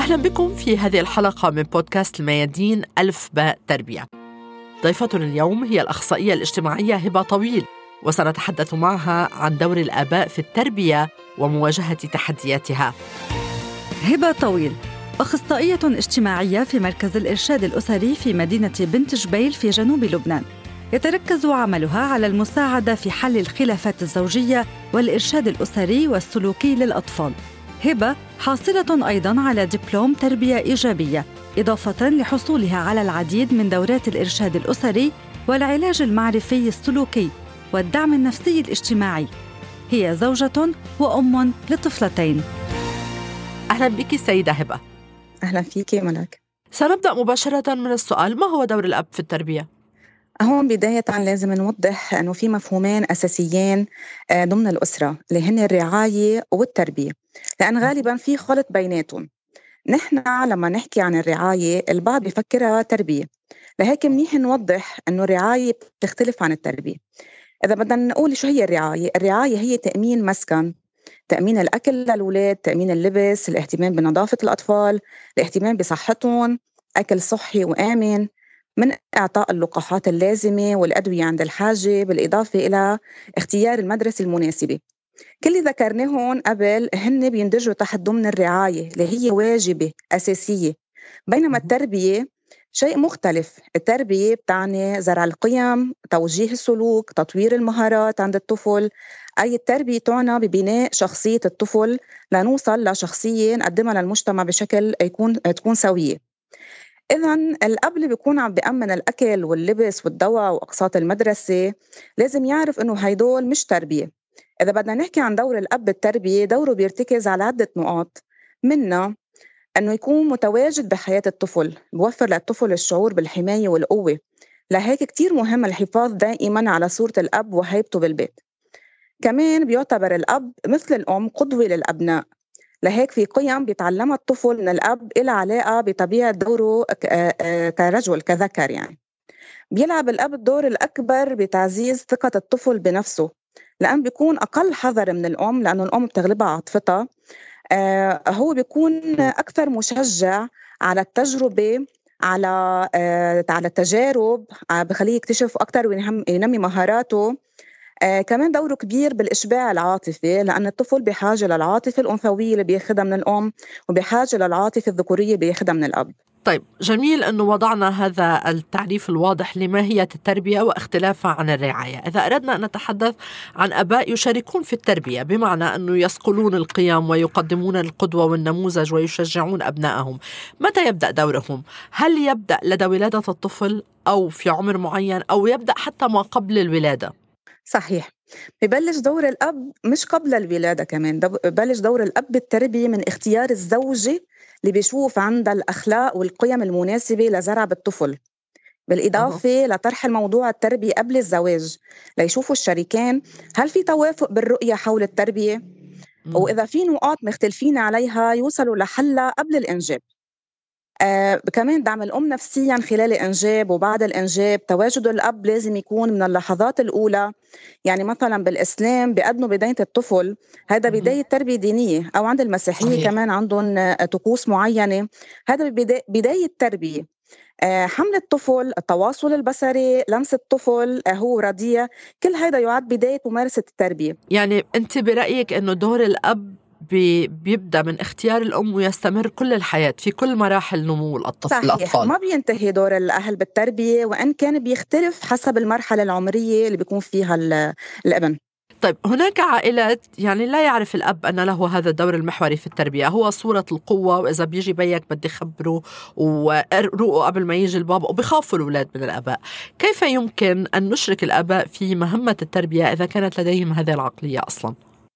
أهلا بكم في هذه الحلقة من بودكاست الميادين ألف باء تربية. ضيفتنا اليوم هي الأخصائية الاجتماعية هبة طويل، وسنتحدث معها عن دور الآباء في التربية ومواجهة تحدياتها. هبة طويل أخصائية اجتماعية في مركز الإرشاد الأسري في مدينة بنت جبيل في جنوب لبنان. يتركز عملها على المساعدة في حل الخلافات الزوجية والإرشاد الأسري والسلوكي للأطفال. هبة حاصلة أيضاً على دبلوم تربية إيجابية، إضافة لحصولها على العديد من دورات الإرشاد الأسري والعلاج المعرفي السلوكي والدعم النفسي الاجتماعي. هي زوجة وأم لطفلتين. أهلا بك سيدة هبة. أهلا فيك ملك. سنبدأ مباشرة من السؤال: ما هو دور الأب في التربية؟ هون بداية لازم نوضح أنه في مفهومين أساسيين ضمن الأسرة اللي هن الرعاية والتربية، لأن غالباً في خلط بيناتهم. نحن لما نحكي عن الرعاية البعض بيفكرها تربية، لهيك منيح نوضح أنه الرعاية بتختلف عن التربية. إذا بدنا نقول شو هي الرعاية، الرعاية هي تأمين مسكن، تأمين الأكل للأولاد، تأمين اللبس، الاهتمام بنظافة الأطفال، الاهتمام بصحتهم، أكل صحي وآمن، من إعطاء اللقاحات اللازمة والأدوية عند الحاجة، بالإضافة إلى اختيار المدرسة المناسبة. كل اللي ذكرناهم قبل هن بيندرجوا تحت ضمن الرعاية اللي هي واجبة أساسية. بينما التربية شيء مختلف. التربية بتعني زرع القيم، توجيه السلوك، تطوير المهارات عند الطفل. أي التربية تعنى ببناء شخصية الطفل لنوصل لشخصية نقدمها للمجتمع بشكل تكون سوية. إذن الأب اللي بيكون عم بيأمن الأكل واللبس والدواء وأقساط المدرسة لازم يعرف إنه هيدول مش تربية. إذا بدنا نحكي عن دور الأب بالتربية، دوره بيرتكز على عدة نقاط، منها أنه يكون متواجد بحياة الطفل، بوفر للطفل الشعور بالحماية والقوة. لهيك كتير مهم الحفاظ دائما على صورة الأب وهيبته بالبيت. كمان بيعتبر الأب مثل الأم قدوة للأبناء، لهيك في قيم بيتعلمها الطفل من الأب إلى علاقة بطبيعة دوره كرجل كذكر. يعني بيلعب الأب الدور الأكبر بتعزيز ثقة الطفل بنفسه، لأن بيكون أقل حذر من الأم، لأنه الأم بتغلبها عاطفتها. هو بيكون أكثر مشجع على التجربة، على التجارب، بخليه يكتشف أكثر وينمي مهاراته. كمان دوره كبير بالإشباع العاطفي، لأن الطفل بحاجة للعاطفة الأنثوية اللي بياخدها من الأم، وبحاجة للعاطفة الذكورية اللي بياخدها من الأب. طيب، جميل أنه وضعنا هذا التعريف الواضح لماهية التربية واختلافها عن الرعاية. إذا أردنا أن نتحدث عن آباء يشاركون في التربية، بمعنى أنه يصقلون القيم ويقدمون القدوة والنموذج ويشجعون أبنائهم، متى يبدأ دورهم؟ هل يبدأ لدى ولادة الطفل أو في عمر معين، أو يبدأ حتى ما قبل الولادة؟ صحيح، ببلش دور الأب مش قبل الولادة، كمان ببلش دور الأب بالتربية من اختيار الزوجة اللي بيشوف عندها الأخلاق والقيم المناسبة لزرع بالطفل، بالإضافة لطرح الموضوع التربية قبل الزواج ليشوفوا الشريكين هل في توافق بالرؤية حول التربية، وإذا في نقاط مختلفين عليها يوصلوا لحلها قبل الإنجاب. كمان دعم الأم نفسياً خلال الإنجاب وبعد الإنجاب. تواجد الأب لازم يكون من اللحظات الأولى. يعني مثلاً بالإسلام بيقدموا بداية الطفل، هذا بداية تربية دينية، أو عند المسيحية صحيح. كمان عندهم طقوس معينة، هذا بداية تربية. حمل الطفل، التواصل البصري، لمس الطفل هو رضيع، كل هذا يعد بداية ممارسة التربية. يعني أنت برأيك أنه دور الأب بيبدأ من اختيار الأم ويستمر كل الحياة في كل مراحل نمو صحيح، الأطفال؟ ما بينتهي دور الأهل بالتربية، وإن كان بيختلف حسب المرحلة العمرية اللي بيكون فيها الابن. طيب، هناك عائلات يعني لا يعرف الأب أن له هذا الدور المحوري في التربية، هو صورة القوة، وإذا بيجي بيك بدي خبره وروقه قبل ما يجي البابا، وبيخافوا الأولاد من الآباء. كيف يمكن أن نشرك الآباء في مهمة التربية إذا كانت لديهم هذه العقلية أصلاً؟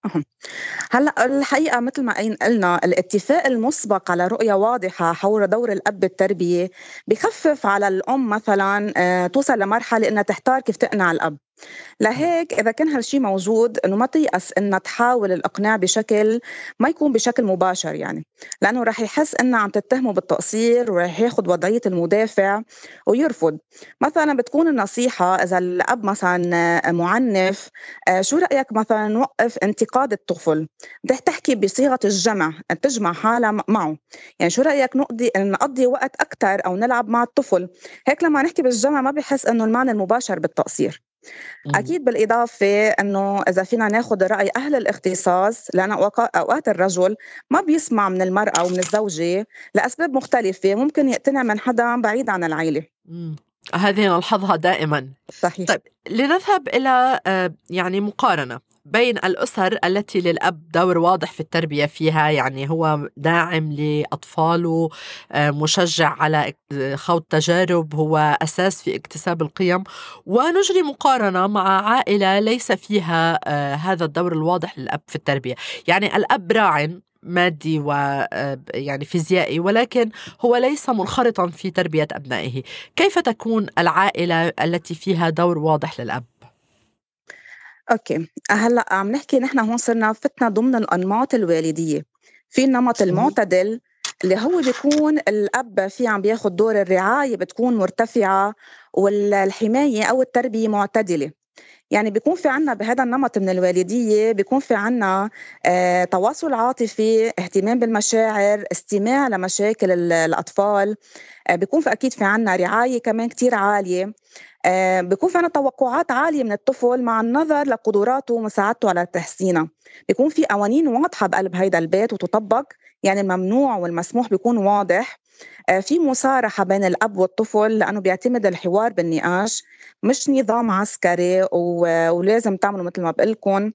هلأ الحقيقة مثل ما قلنا، الاتفاق المسبق على رؤية واضحة حول دور الأب بالتربية بخفف على الأم مثلا توصل لمرحلة إنها تحتار كيف تقنع الأب. لهيك إذا كان هالشي موجود إنه ما تيأس إنها تحاول الإقناع بشكل ما يكون بشكل مباشر، يعني لأنه رح يحس إنها عم تتهمه بالتقصير ورح ياخد وضعية المدافع ويرفض. مثلا بتكون النصيحة إذا الأب مثلا معنف، شو رأيك مثلا نوقف انتقاد الطفل، بدها تحكي بصيغة الجمع، تجمع حالها معه، يعني شو رأيك نقضي وقت أكتر أو نلعب مع الطفل. هيك لما نحكي بالجمع ما بيحس إنه المعنى المباشر بالتقصير. أكيد بالإضافة أنه إذا فينا ناخد رأي أهل الاختصاص، لأن أوقات الرجل ما بيسمع من المرأة ومن الزوجة لأسباب مختلفة، ممكن يقتنع من حدا بعيد عن العائلة. هذه نلحظها دائما. صحيح. طيب لنذهب إلى يعني مقارنة بين الأسر التي للأب دور واضح في التربية فيها، يعني هو داعم لأطفاله، مشجع على خوض تجارب، هو أساس في اكتساب القيم، ونجري مقارنة مع عائلة ليس فيها هذا الدور الواضح للأب في التربية. يعني الأب راعٍ مادي ويعني فيزيائي، ولكن هو ليس منخرطا في تربية أبنائه. كيف تكون العائلة التي فيها دور واضح للأب؟ أوكي، هلأ عم نحكي نحن هون صرنا فتنا ضمن الأنماط الوالدية. في النمط المعتدل اللي هو بيكون الأب فيه عم بياخد دور الرعاية، بتكون مرتفعة، والحماية أو التربية معتدلة. يعني بيكون في عنا بهذا النمط من الوالدية بيكون في عنا تواصل عاطفي، اهتمام بالمشاعر، استماع لمشاكل الأطفال. بيكون في أكيد في عنا رعاية كمان كتير عالية. بيكون في عنا توقعات عالية من الطفل مع النظر لقدراته ومساعدته على تحسينها. بيكون في قوانين واضحة بقلب هيدا البيت وتطبق، يعني الممنوع والمسموح بيكون واضح. في مصارحة بين الأب والطفل، لأنه بيعتمد الحوار بالنقاش، مش نظام عسكري ولازم تعملوا مثل ما بقلكن.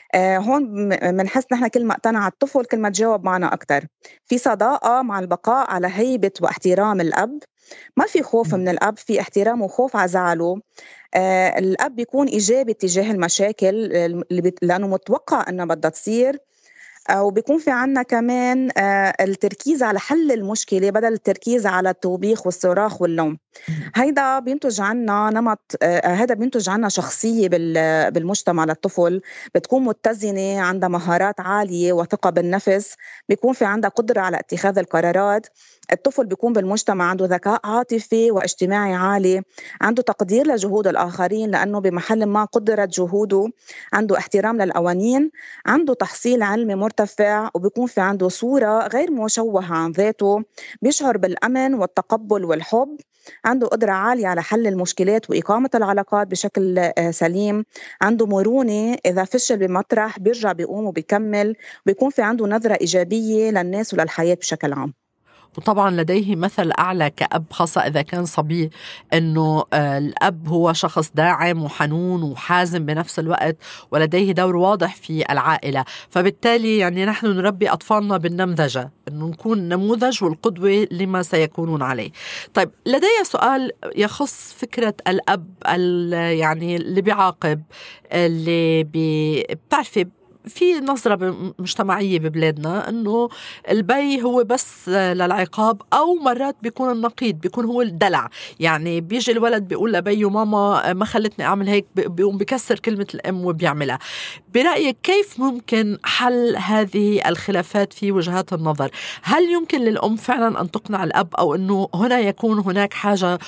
هون منحس نحن كل ما اقتنع الطفل كل ما تجاوب معنا أكتر. في صداقة مع البقاء على هيبة واحترام الأب، ما في خوف من الأب، في احترام وخوف على زعله. الأب بيكون إيجابي تجاه المشاكل لأنه متوقع أنها بدها تصير. وبيكون في عنا كمان التركيز على حل المشكلة بدل التركيز على التوبيخ والصراخ واللوم. هيدا بينتج عنا نمط، هذا بينتج عنا شخصية بالمجتمع للطفل بتكون متزنة، عندها مهارات عالية وثقة بالنفس، بيكون في عندها قدرة على اتخاذ القرارات. الطفل بيكون بالمجتمع عنده ذكاء عاطفي واجتماعي عالي، عنده تقدير لجهود الآخرين لأنه بمحل ما قدرت جهوده، عنده احترام للقوانين، عنده تحصيل علمي مرتفع، وبيكون في عنده صورة غير مشوهة عن ذاته، بيشعر بالأمن والتقبل والحب، عنده قدرة عالية على حل المشكلات وإقامة العلاقات بشكل سليم، عنده مرونة، إذا فشل بمطرح بيرجع بيقوم وبيكمل، بيكون في عنده نظرة إيجابية للناس وللحياة بشكل عام. وطبعا لديه مثل أعلى كأب، خاصة إذا كان صبي، أنه الأب هو شخص داعم وحنون وحازم بنفس الوقت، ولديه دور واضح في العائلة. فبالتالي يعني نحن نربي أطفالنا بالنمذجة، أنه نكون نموذج والقدوة لما سيكونون عليه. طيب لدي سؤال يخص فكرة الأب يعني اللي بيعاقب، اللي بتعرفي في نظرة مجتمعية ببلادنا أنه البي هو بس للعقاب، أو مرات بيكون النقيض، بيكون هو الدلع. يعني بيجي الولد بيقول لبي وماما ما خلتني أعمل هيك، بيقوم بكسر كلمة الأم وبيعملها. برأيك كيف ممكن حل هذه الخلافات في وجهات النظر؟ هل يمكن للأم فعلا أن تقنع الأب، أو أنه هنا يكون هناك حاجة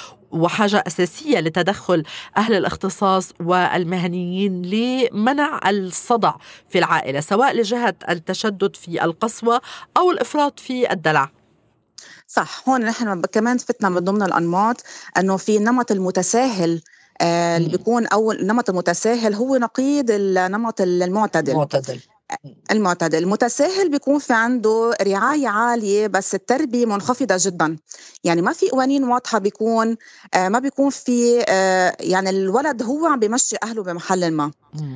أساسية لتدخل أهل الاختصاص والمهنيين لمنع الصدع في العائلة، سواء لجهة التشدد في القسوة أو الإفراط في الدلع؟ صح، هون نحن كمان فتنا من ضمن الأنماط أنه في النمط المتساهل، اللي بيكون أول النمط المتساهل هو نقيض النمط المعتدل. المتساهل بيكون في عنده رعاية عالية بس التربية منخفضة جدا، يعني ما في قوانين واضحة، بيكون ما بيكون في يعني الولد هو عم بيمشي أهله بمحل ما.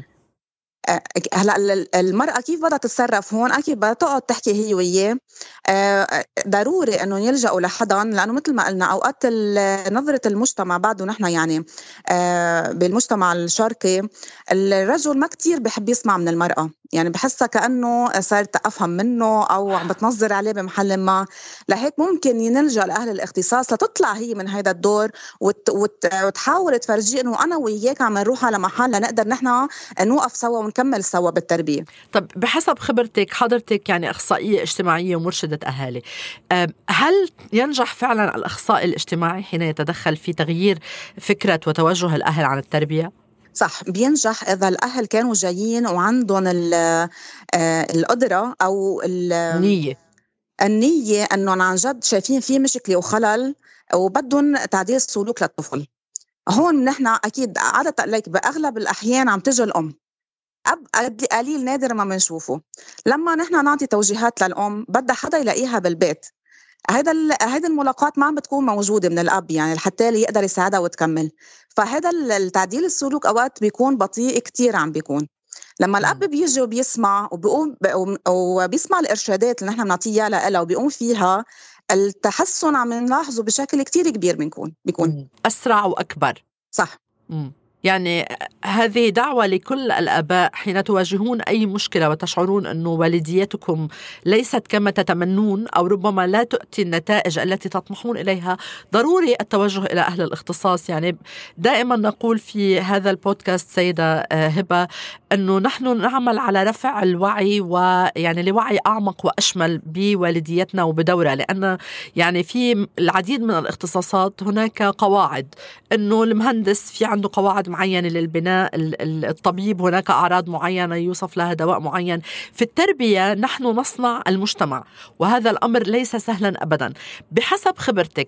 هلا المرأة كيف بدها تتصرف هون؟ أكيد بدها تقعد تحكي هي وياه. ضروري إنه يلجأوا لحدا، لأنه مثل ما قلنا أوقات نظرة المجتمع بعده نحن يعني بالمجتمع الشرقي الرجل ما كتير بحب يسمع من المرأة، يعني بحسها كأنه صارت أفهم منه أو عم بتنظر عليه بمحل ما. لهيك ممكن نلجأ لأهل الاختصاص لتطلع هي من هذا الدور وتحاول تفرجيه إنه أنا وياك عم نروح على محل لنقدر نحن نوقف سوا ونكمل سوا بالتربية. طب بحسب خبرتك حضرتك يعني أخصائية اجتماعية ومرشدة أهالي، هل ينجح فعلا الأخصائي الاجتماعي حين يتدخل في تغيير فكرة وتوجه الأهل عن التربية؟ صح، بينجح إذا الأهل كانوا جايين وعندهم القدرة أو النية أنهم عن جد شايفين فيه مشكلة وخلل وبدهم تعديل سلوك للطفل. هون نحن أكيد عادة لك بأغلب الأحيان عم تجي الأم، قليل نادر ما منشوفه. لما نحن نعطي توجيهات للأم بدها حدا يلاقيها بالبيت. هيدا الملاقات ما عم بتكون موجودة من الأب يعني حتى يقدر يساعدها وتكمل. فهذا التعديل السلوك أوقات بيكون بطيء كتير عم بيكون. لما الأب بيجي وبيسمع وبيسمع الإرشادات اللي نحن بنعطيها لها وبيقوم فيها، التحسن عم نلاحظه بشكل كتير كبير بيكون أسرع وأكبر. صح. يعني هذه دعوة لكل الآباء حين تواجهون أي مشكلة وتشعرون أن والديتكم ليست كما تتمنون أو ربما لا تؤتي النتائج التي تطمحون إليها، ضروري التوجه إلى أهل الاختصاص. يعني دائما نقول في هذا البودكاست سيدة هبة أنه نحن نعمل على رفع الوعي ويعني لوعي أعمق وأشمل بوالديتنا وبدورها، لأن يعني في العديد من الاختصاصات هناك قواعد، أنه المهندس في عنده قواعد معينة للبناء، الطبيب هناك أعراض معينة يوصف لها دواء معين. في التربية نحن نصنع المجتمع وهذا الأمر ليس سهلا أبدا. بحسب خبرتك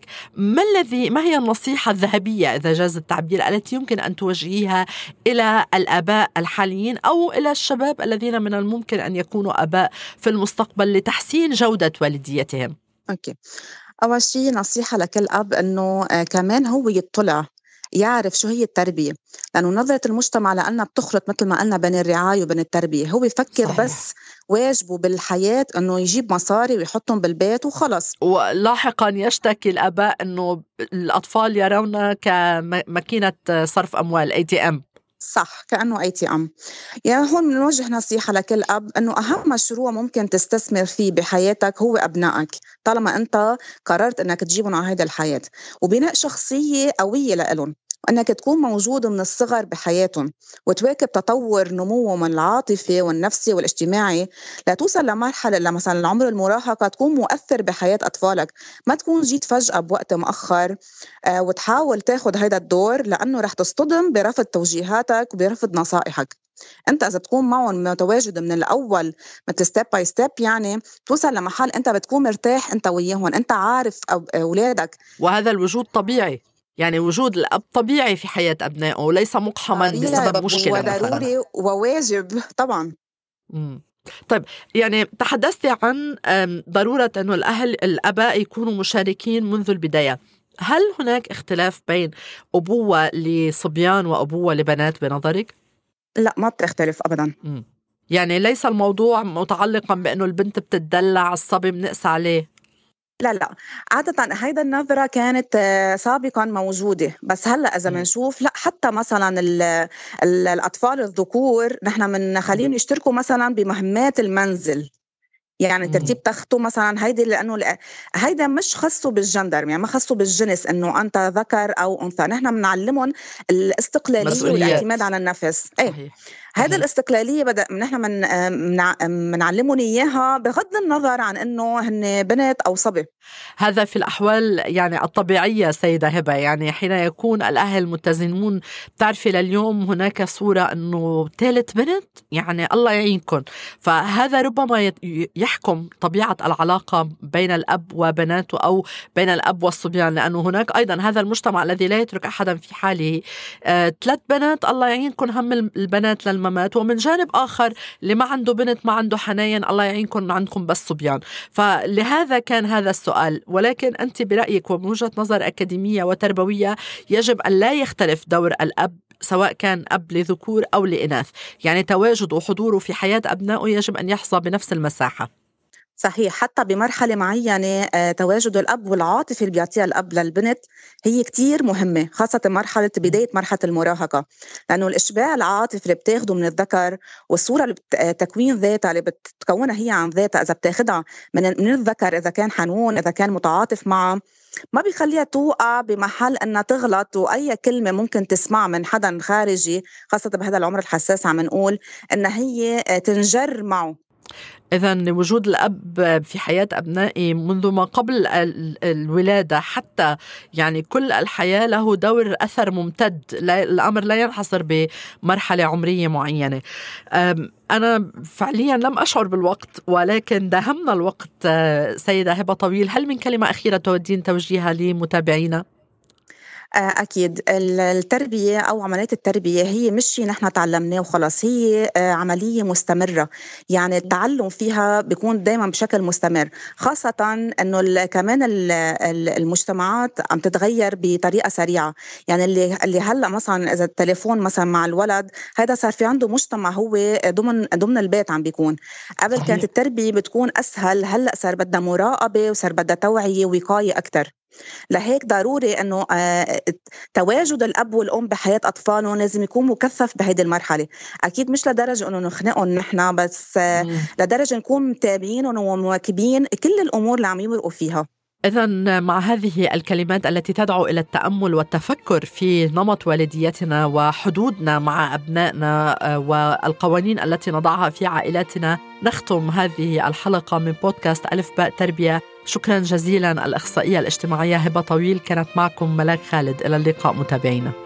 ما هي النصيحة الذهبية إذا جاز التعبير التي يمكن أن توجهيها إلى الآباء الحاليين أو إلى الشباب الذين من الممكن أن يكونوا آباء في المستقبل لتحسين جودة والديتهم؟ أوكي. أول شيء نصيحة لكل أب أنه كمان هو يطلع يعرف شو هي التربية، لأنه نظرة المجتمع لأنها بتخلط مثل ما قلنا بين الرعاية وبين التربية. هو يفكر صحيح. بس واجبه بالحياة أنه يجيب مصاري ويحطهم بالبيت وخلص، ولاحقا يشتكي الآباء أنه الأطفال يرون كماكينة صرف أموال ATM. صح، كأنه ATM. يعني هون بنوجه نصيحة لكل أب أنه أهم مشروع ممكن تستثمر فيه بحياتك هو أبنائك، طالما أنت قررت أنك تجيبهم على هذه الحياة، وبناء شخصية قوية لهم، وأنك تكون موجود من الصغر بحياتهم وتواكب تطور نموهم العاطفي والنفسي والاجتماعي لتوصل لمرحلة مثلا العمر المراهقة تكون مؤثر بحياة أطفالك، ما تكون جيت فجأة بوقت مؤخر وتحاول تاخد هذا الدور، لأنه رح تصطدم برفض توجيهاتك وبرفض نصائحك. أنت إذا تكون معهم متواجد من الأول مثل ستيب باي ستيب، يعني توصل لمحل أنت بتكون مرتاح أنت وياهم، أنت عارف أولادك. وهذا الوجود طبيعي، يعني وجود الأب طبيعي في حياة أبنائه وليس مقحما بسبب مشكلة وضروري وواجب طبعا. طيب، يعني تحدثت عن ضرورة أنه الآباء يكونوا مشاركين منذ البداية. هل هناك اختلاف بين أبوة لصبيان وأبوة لبنات بنظرك؟ لا، ما بتختلف أبدا. يعني ليس الموضوع متعلقا بأنه البنت بتدلع الصبي بنقسى عليه. لا، عادة هيدا النظرة كانت سابقا موجودة، بس هلأ إذا منشوف لا، حتى مثلا الأطفال الذكور نحن منخليهم يشتركوا مثلا بمهمات المنزل، يعني ترتيب تخته مثلا. هيدي لأنه هيدا مش خصه بالجندر، يعني ما خصه بالجنس أنه أنت ذكر أو أنثى. نحن بنعلمهم الاستقلالية والاعتماد على النفس. هذا الاستقلالية نحن منعلمهم إياها بغض النظر عن أنه هن بنت أو صبي. هذا في الأحوال يعني الطبيعية سيدة هبة، يعني حين يكون الأهل متزنون. بتعرفي لليوم هناك صورة أنه ثالث بنت، يعني الله يعينكم. فهذا ربما يحكم طبيعة العلاقة بين الأب وبناته أو بين الأب والصبيان، لأنه هناك أيضا هذا المجتمع الذي لا يترك أحدا في حاله. 3 بنات الله يعينكم، هم البنات للممات. ومن جانب آخر اللي ما عنده بنت ما عنده حنين، الله يعينكم عندكم بس صبيان. فلهذا كان هذا السؤال. ولكن أنت برأيك ومن وجهة نظر أكاديمية وتربوية يجب أن لا يختلف دور الأب سواء كان أب لذكور أو لإناث، يعني تواجده وحضوره في حياة أبنائه يجب أن يحظى بنفس المساحة. صحيح، حتى بمرحلة معينة تواجد الأب والعاطفة اللي بيعطيها الأب للبنت هي كتير مهمة، خاصة بداية مرحلة المراهقة، لأنه الإشباع العاطفي اللي بتاخده من الذكر والصورة اللي تكوين ذاتها اللي بتكونها هي عن ذاتها، إذا بتاخدها من الذكر، إذا كان حنون، إذا كان متعاطف معه، ما بيخليها توقع بمحل أنها تغلط، وأي كلمة ممكن تسمع من حدا خارجي خاصة بهذا العمر الحساس عم نقول إن هي تنجر معه. إذن وجود الأب في حياة أبنائي منذ ما قبل الولادة حتى يعني كل الحياة له دور أثر ممتد، الأمر لا ينحصر بمرحلة عمرية معينة. أنا فعليا لم أشعر بالوقت، ولكن داهمنا الوقت. سيدة هبة طويل، هل من كلمة أخيرة تودين توجيهها لمتابعينا؟ أكيد التربية أو عملية التربية هي مش شيء نحن تعلمناه وخلاص، هي عملية مستمرة، يعني التعلم فيها بيكون دايما بشكل مستمر، خاصة أنه كمان المجتمعات عم تتغير بطريقة سريعة. يعني اللي هلأ مثلا إذا التليفون مثلا مع الولد هذا صار في عنده مجتمع هو ضمن البيت عم بيكون. قبل كانت التربية بتكون أسهل، هلأ صار بدها مراقبة وصار بدها توعية ووقاية أكتر. لهيك ضروري أنه تواجد الأب والأم بحياة أطفالهم لازم يكون مكثف بهذه المرحلة. أكيد مش لدرجة أنه نخنقهم نحن، بس لدرجة نكون متابعين ومواكبين كل الأمور اللي عم يمرقوا فيها. إذن مع هذه الكلمات التي تدعو إلى التأمل والتفكر في نمط والديتنا وحدودنا مع أبنائنا والقوانين التي نضعها في عائلاتنا، نختم هذه الحلقة من بودكاست ألف باء تربية. شكرا جزيلا الأخصائية الاجتماعية هبة طويل، كانت معكم ملاك خالد. إلى اللقاء متابعينا.